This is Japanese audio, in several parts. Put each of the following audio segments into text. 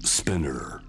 Spinner。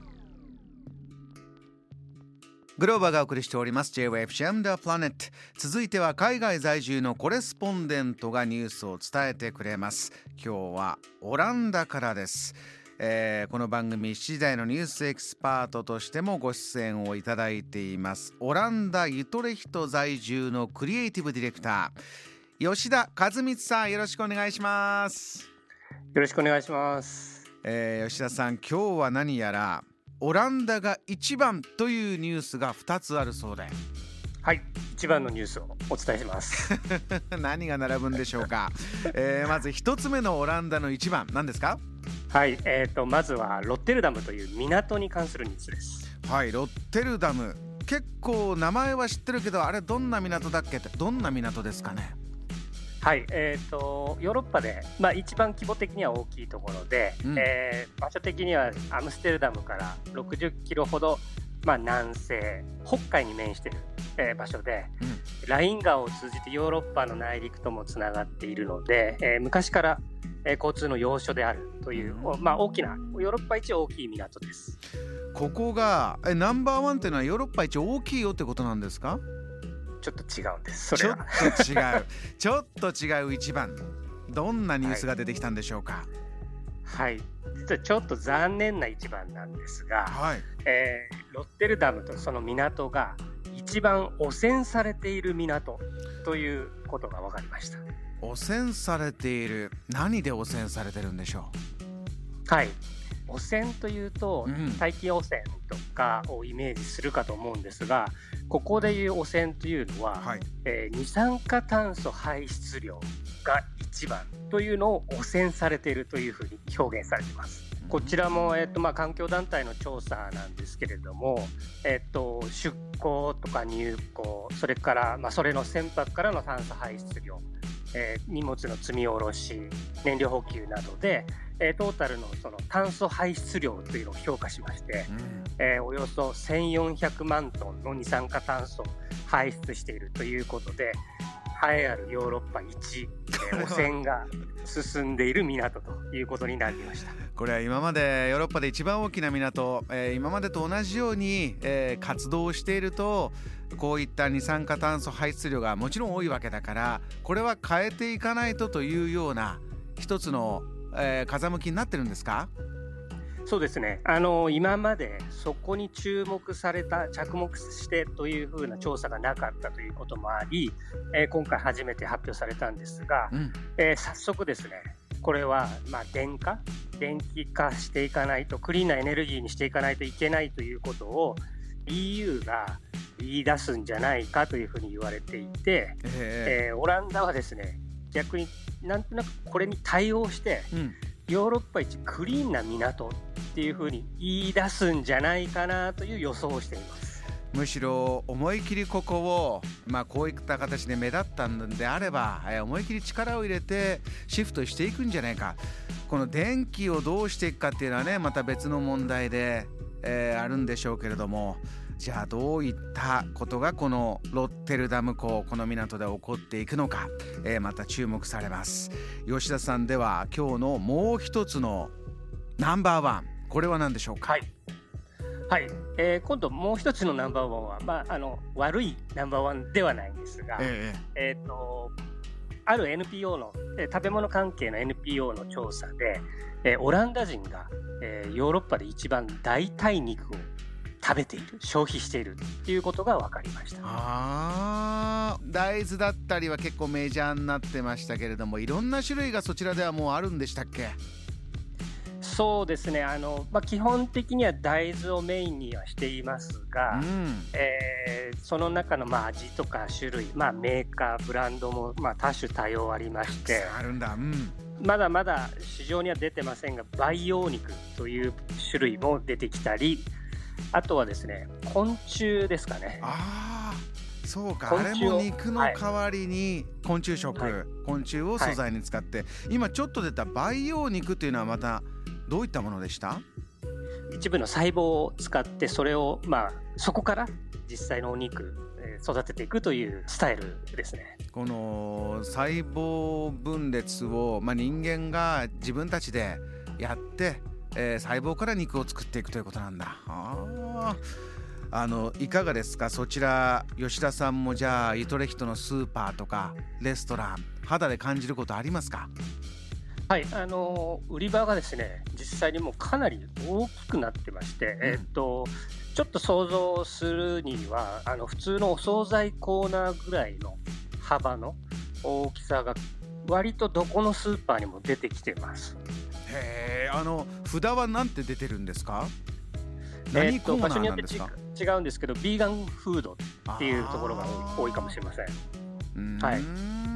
グローバーがお送りしております J-Wave Jam the Planet。 続いては海外在住のコレスポンデントがニュースを伝えてくれます。今日はオランダからです。この番組7時台のニュースエキスパートとしてもご出演をいただいていますオランダユトレヒト在住のクリエイティブディレクター吉田和光さん、よろしくお願いします。 よろしくお願いします。 吉田さん、今日は何やらオランダが一番というニュースが2つあるそうで。 はい、一番のニュースをお伝えします何が並ぶんでしょうか。まず1つ目のオランダの一番、何ですか？ はい、まずはロッテルダムという港に関するニュースです。 はい、ロッテルダム、結構名前は知ってるけど、あれどんな港だっけ？どんな港ですかね？ はい、ヨーロッパで、一番規模的には大きいところで、場所的にはアムステルダムから60キロほど、南西北海に面している、場所で、ライン川を通じてヨーロッパの内陸ともつながっているので、昔から、交通の要所であるという、大きなヨーロッパ一大きい港です。 ここがナンバーワンっていうのはヨーロッパ一大きいよってことなんですか？ ちょっと違うんです。それはちょっと違う一番、どんなニュースが出てきたんでしょうか？ はい、実はちょっと残念な一番なんですが、ロッテルダムとその港が一番汚染されている港ということが分かりました。 汚染されている、何で汚染されてるんでしょう？はい、汚染というと、大気汚染とかをイメージするかと思うんですが、ここでいう汚染というのは、二酸化炭素排出量が一番というのを汚染されているというふうに表現されています。こちらも、環境団体の調査なんですけれども、出港とか入港、それから、それの船舶からの炭素排出量、荷物の積み下ろし、燃料補給などで、トータルのその炭素排出量というのを評価しまして、およそ1400万トンの二酸化炭素を排出しているということで、栄えあるヨーロッパ一、汚染が進んでいる港ということになりました。 これは今までヨーロッパで一番大きな港、今までと同じように、活動しているとこういった二酸化炭素排出量がもちろん多いわけだから、これは変えていかないとというような一つの、風向きになってるんですか？ そうですね、今までそこに着目してというふうな調査がなかったということもあり、今回初めて発表されたんですが、早速ですね、これは電気化していかないと、クリーンなエネルギーにしていかないといけないということを EU が言い出すんじゃないかというふうに言われていて、オランダはですね、逆になんとなくこれに対応して、ヨーロッパ一クリーンな港っていうふうに言い出すんじゃないかなという予想をしています。 むしろ思い切りここを、こういった形で目立ったのであれば、思い切り力を入れてシフトしていくんじゃないか。この電気をどうしていくかっていうのはね、また別の問題で、あるんでしょうけれども、じゃあどういったことがこのロッテルダム港、この港で起こっていくのか、また注目されます。吉田さん、では今日のもう一つのナンバーワン、これは何でしょうか？ はい、今度もう一つのナンバーワンは、悪いナンバーワンではないんですが、ある NPO の、食べ物関係の NPO の調査で、オランダ人が、ヨーロッパで一番代替肉を食べている、消費しているということが分かりました。 大豆だったりは結構メジャーになってましたけれども、いろんな種類がそちらではもうあるんでしたっけ？ そうですね、基本的には大豆をメインにはしていますが、その中の味とか種類、メーカーブランドも多種多様ありまして、 あるんだ、 まだまだ市場には出てませんが、培養肉という種類も出てきたり、あとはですね、昆虫ですかね。 そうか、あれも肉の代わりに昆虫食、昆虫を素材に使って、今ちょっと出た培養肉というのはまたどういったものでした？ 一部の細胞を使って、それをそこから実際のお肉育てていくというスタイルですね。 この細胞分裂を、人間が自分たちでやって、 細胞から肉を作っていくということなんだ。いかがですか、そちら吉田さんもじゃあユトレヒトのスーパーとかレストラン肌で感じることありますか？ はい、売り場がですね、実際にもうかなり大きくなってまして、ちょっと想像するには普通のお惣菜コーナーぐらいの幅の大きさが割とどこのスーパーにも出てきてます。 へー、札はなんて出てるんですか？何コーナーなんですか？ 場所によって違うんですけど、ビーガンフードっていうところが多いかもしれません。はい、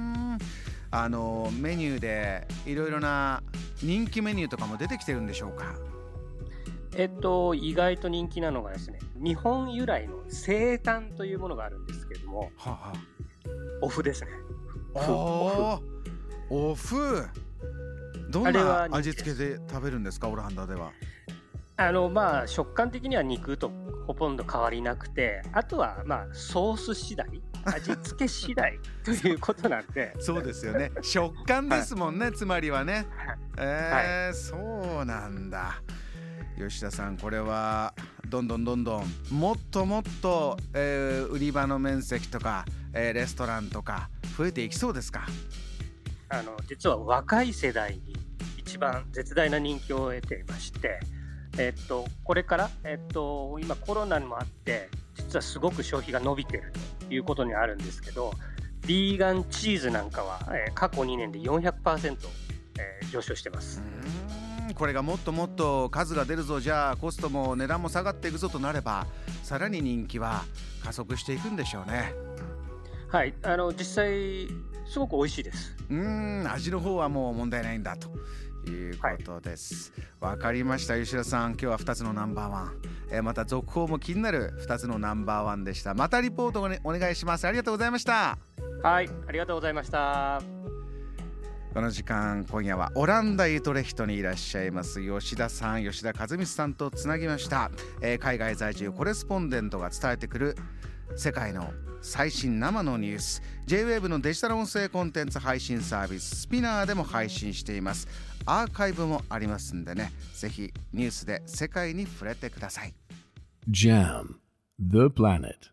メニューでいろいろな人気メニューとかも出てきてるんでしょうか？ 意外と人気なのがですね、日本由来の生タンというものがあるんですけれども、お麩ですね。 お麩、どんな味付けで食べるんですか？オランダでは。 食感的には肉とほとんど変わりなくて、あとはソース次第、味付け次第ということなんでそうですよね、食感ですもんね、つまりはね。そうなんだ。吉田さん、これはどんどんもっともっと、売り場の面積とか、レストランとか増えていきそうですか？ 実は若い世代に一番絶大な人気を得ていまして、これから、今コロナにもあって実はすごく消費が伸びているということにあるんですけど、ビーガンチーズなんかは、過去2年で 400%、上昇してます。 これがもっともっと数が出るぞ、じゃあコストも値段も下がっていくぞとなれば、さらに人気は加速していくんでしょうね。 はい、実際すごく美味しいです。 味の方はもう問題ないんだということです。わかりました。吉田さん、今日は2つのナンバーワン、また続報も気になる2つのナンバーワンでした。またリポートを、お願いします。ありがとうございました。 はい、ありがとうございました。 この時間、今夜はオランダユトレヒトにいらっしゃいます吉田さん、吉田和光さんとつなぎました。海外在住コレスポンデントが伝えてくる世界の最新生のニュース、 J-WAVE のデジタル音声コンテンツ配信サービススピナーでも配信しています。アーカイブもありますんでね、ぜひニュースで世界に触れてください。 JAM The Planet